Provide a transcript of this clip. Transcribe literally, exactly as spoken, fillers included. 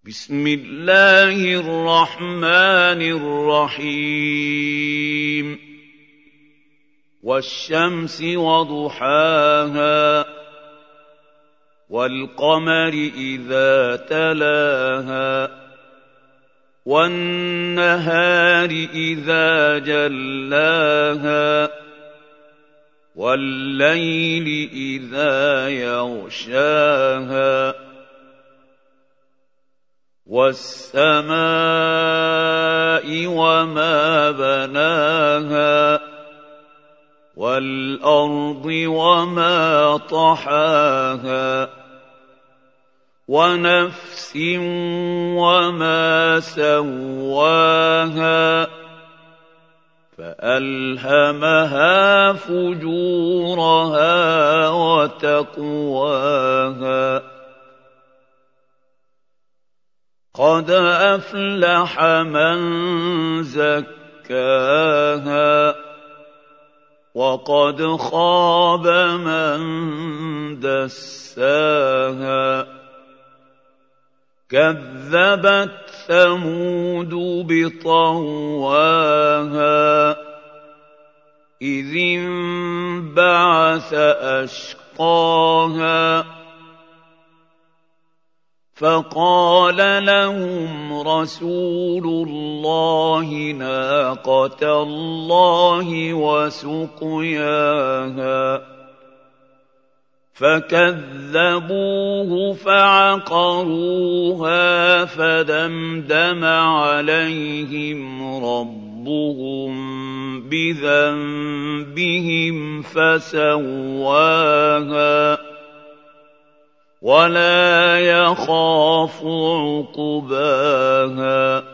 بسم الله الرحمن الرحيم والشمس وضحاها والقمر إذا تلاها والنهار إذا جلاها والليل إذا يغشاها والسماء وما بناها والأرض وما طحاها ونفس وما سواها فألهمها فجورها وتقواها قد أفلح من زكاها وقد خاب من دساها كذبت ثمود بطغواها إذ انبعث أشقاها فقال لهم رسول الله ناقة الله وسقياها فكذبوه فعقروها فدمدم عليهم ربهم بذنبهم فسواها ولا يخاف عقباها